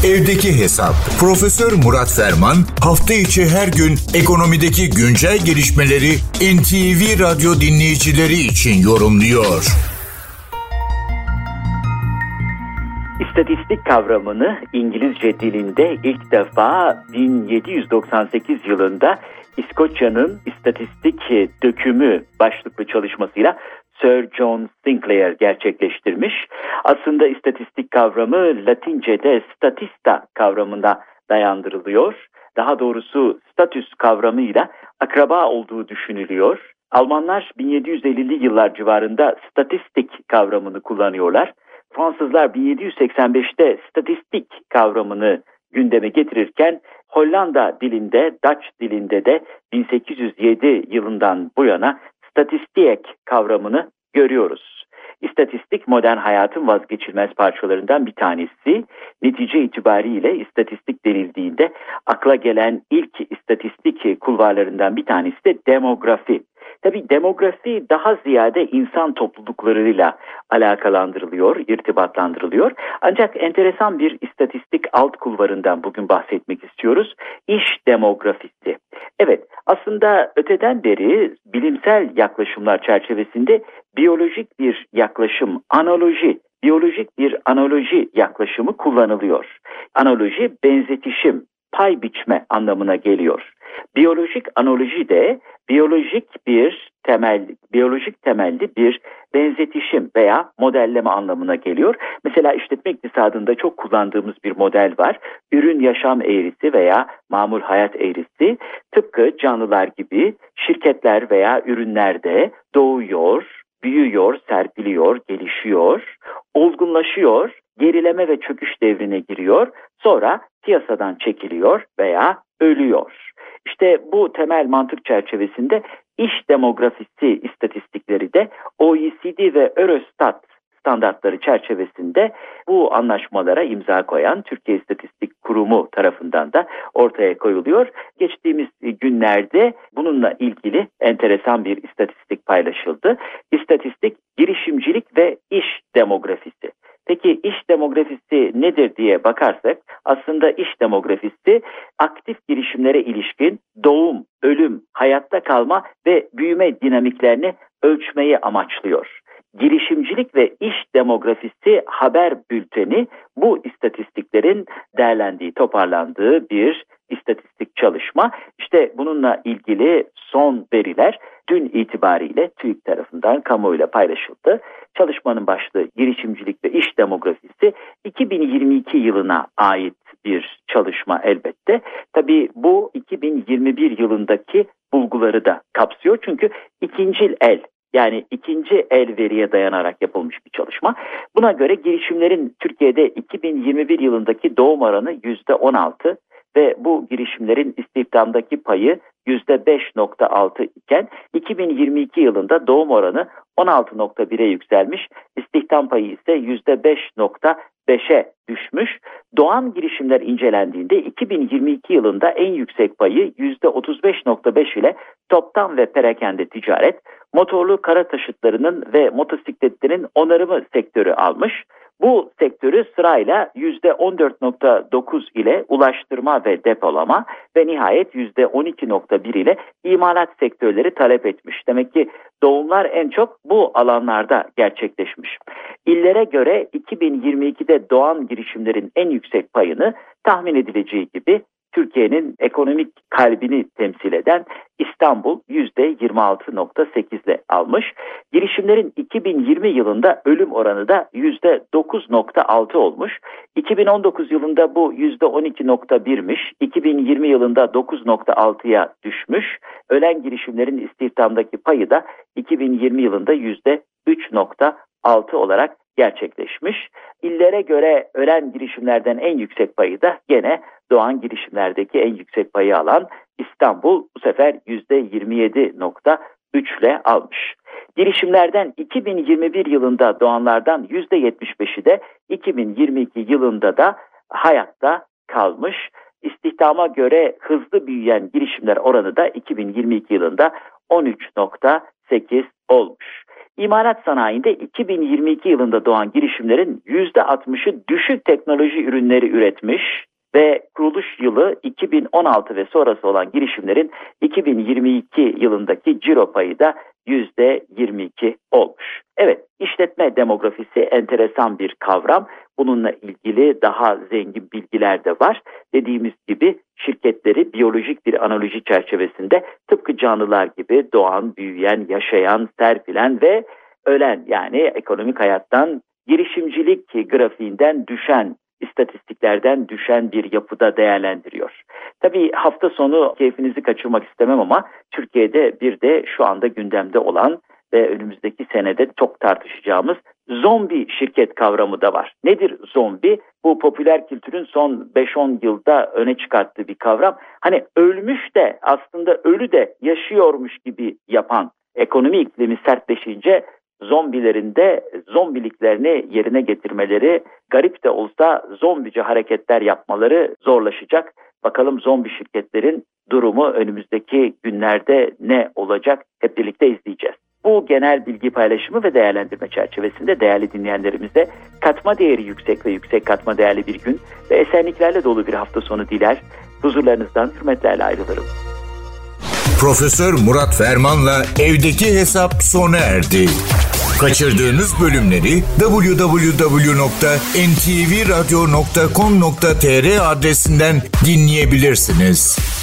Evdeki Hesap. Profesör Murat Ferman hafta içi her gün ekonomideki güncel gelişmeleri NTV Radyo dinleyicileri için yorumluyor. İstatistik kavramını İngilizce dilinde ilk defa 1798 yılında İskoçya'nın İstatistik Dökümü başlıklı çalışmasıyla Sir John Sinclair gerçekleştirmiş. Aslında istatistik kavramı Latince'de statista kavramına dayandırılıyor. Daha doğrusu statüs kavramıyla akraba olduğu düşünülüyor. Almanlar 1750'li yıllar civarında statistik kavramını kullanıyorlar. Fransızlar 1785'te statistik kavramını gündeme getirirken Hollanda dilinde, Dutch dilinde de 1807 yılından bu yana statistik kavramını görüyoruz. İstatistik modern hayatın vazgeçilmez parçalarından bir tanesi. Netice itibariyle istatistik denildiğinde akla gelen ilk istatistik kulvarlarından bir tanesi de demografi. Tabii demografi daha ziyade insan topluluklarıyla alakalandırılıyor, irtibatlandırılıyor. Ancak enteresan bir istatistik alt kulvarından bugün bahsetmek istiyoruz. İş demografisi. Evet, aslında öteden beri bilimsel yaklaşımlar çerçevesinde biyolojik bir yaklaşım, biyolojik bir analoji yaklaşımı kullanılıyor. Analoji, benzetişim, pay biçme anlamına geliyor. Biyolojik analoji de biyolojik temelli bir benzetişim veya modelleme anlamına geliyor. Mesela işletme iktisadında çok kullandığımız bir model var. Ürün yaşam eğrisi veya mamul hayat eğrisi tıpkı canlılar gibi şirketler veya ürünlerde doğuyor, büyüyor, serpiliyor, gelişiyor, olgunlaşıyor, gerileme ve çöküş devrine giriyor, sonra piyasadan çekiliyor veya ölüyor. İşte bu temel mantık çerçevesinde iş demografisi istatistikleri de OECD ve Eurostat standartları çerçevesinde bu anlaşmalara imza koyan Türkiye İstatistik Kurumu tarafından da ortaya koyuluyor. Geçtiğimiz günlerde bununla ilgili enteresan bir istatistik paylaşıldı. İstatistik, girişimcilik ve iş demografisi. Peki iş demografisi nedir diye bakarsak aslında iş demografisi aktif girişimlere ilişkin doğum, ölüm, hayatta kalma ve büyüme dinamiklerini ölçmeyi amaçlıyor. Girişimcilik ve iş demografisi haber bülteni bu istatistiklerin değerlendiği, toparlandığı bir istatistik çalışma. İşte bununla ilgili son veriler dün itibariyle TÜİK tarafından kamuoyuyla paylaşıldı. Çalışmanın başlığı girişimcilik ve iş demografisi 2022 yılına ait bir çalışma elbette. Tabii bu 2021 yılındaki bulguları da kapsıyor. Çünkü ikinci el veriye dayanarak yapılmış bir çalışma. Buna göre girişimlerin Türkiye'de 2021 yılındaki doğum oranı %16 ve bu girişimlerin istihdamdaki payı %5.6 iken 2022 yılında doğum oranı 16.1'e yükselmiş, istihdam payı ise %5.5'e düşmüş. Doğan girişimler incelendiğinde 2022 yılında en yüksek payı %35.5 ile toptan ve perakende ticaret, motorlu kara taşıtlarının ve motosikletlerin onarımı sektörü almış. Bu sektörü sırayla %14.9 ile ulaştırma ve depolama ve nihayet %12.1 ile imalat sektörleri talep etmiş. Demek ki doğumlar en çok bu alanlarda gerçekleşmiş. İllere göre 2022'de doğan girişimlerin en yüksek payını tahmin edileceği gibi Türkiye'nin ekonomik kalbini temsil eden İstanbul %26.8 ile almış. Girişimlerin 2020 yılında ölüm oranı da %9.6 olmuş. 2019 yılında bu %12.1'miş. 2020 yılında 9.6'ya düşmüş. Ölen girişimlerin istihdamdaki payı da 2020 yılında %3.6 olarak gerçekleşmiş. İllere göre ölen girişimlerden en yüksek payı da gene doğan girişimlerdeki en yüksek payı alan İstanbul bu sefer %27.3 ile almış. Girişimlerden 2021 yılında doğanlardan %75'i de 2022 yılında da hayatta kalmış. İstihdama göre hızlı büyüyen girişimler oranı da 2022 yılında 13.8 olmuş. İmalat sanayinde 2022 yılında doğan girişimlerin %60'ı düşük teknoloji ürünleri üretmiş ve kuruluş yılı 2016 ve sonrası olan girişimlerin 2022 yılındaki ciro payı da %22 olmuş. Evet, işletme demografisi enteresan bir kavram. Bununla ilgili daha zengin bilgiler de var. Dediğimiz gibi şirketleri biyolojik bir analoji çerçevesinde tıpkı canlılar gibi doğan, büyüyen, yaşayan, serpilen ve ölen, yani ekonomik hayattan, girişimcilik grafiğinden düşen, istatistiklerden düşen bir yapıda değerlendiriyor. Tabii hafta sonu keyfinizi kaçırmak istemem ama Türkiye'de bir de şu anda gündemde olan ve önümüzdeki senede çok tartışacağımız zombi şirket kavramı da var. Nedir zombi? Bu popüler kültürün son 5-10 yılda öne çıkarttığı bir kavram. Hani ölmüş de aslında ölü de yaşıyormuş gibi yapan, ekonomi iklimi sertleşince zombilerin de zombiliklerini yerine getirmeleri, garip de olsa zombice hareketler yapmaları zorlaşacak. Bakalım zombi şirketlerin durumu önümüzdeki günlerde ne olacak? Hep birlikte izleyeceğiz. Bu genel bilgi paylaşımı ve değerlendirme çerçevesinde değerli dinleyenlerimize katma değeri yüksek ve yüksek katma değerli bir gün ve esenliklerle dolu bir hafta sonu diler. Huzurlarınızdan hürmetlerle ayrılırım. Profesör Murat Ferman'la evdeki hesap sona erdi. Kaçırdığınız bölümleri www.ntvradio.com.tr adresinden dinleyebilirsiniz.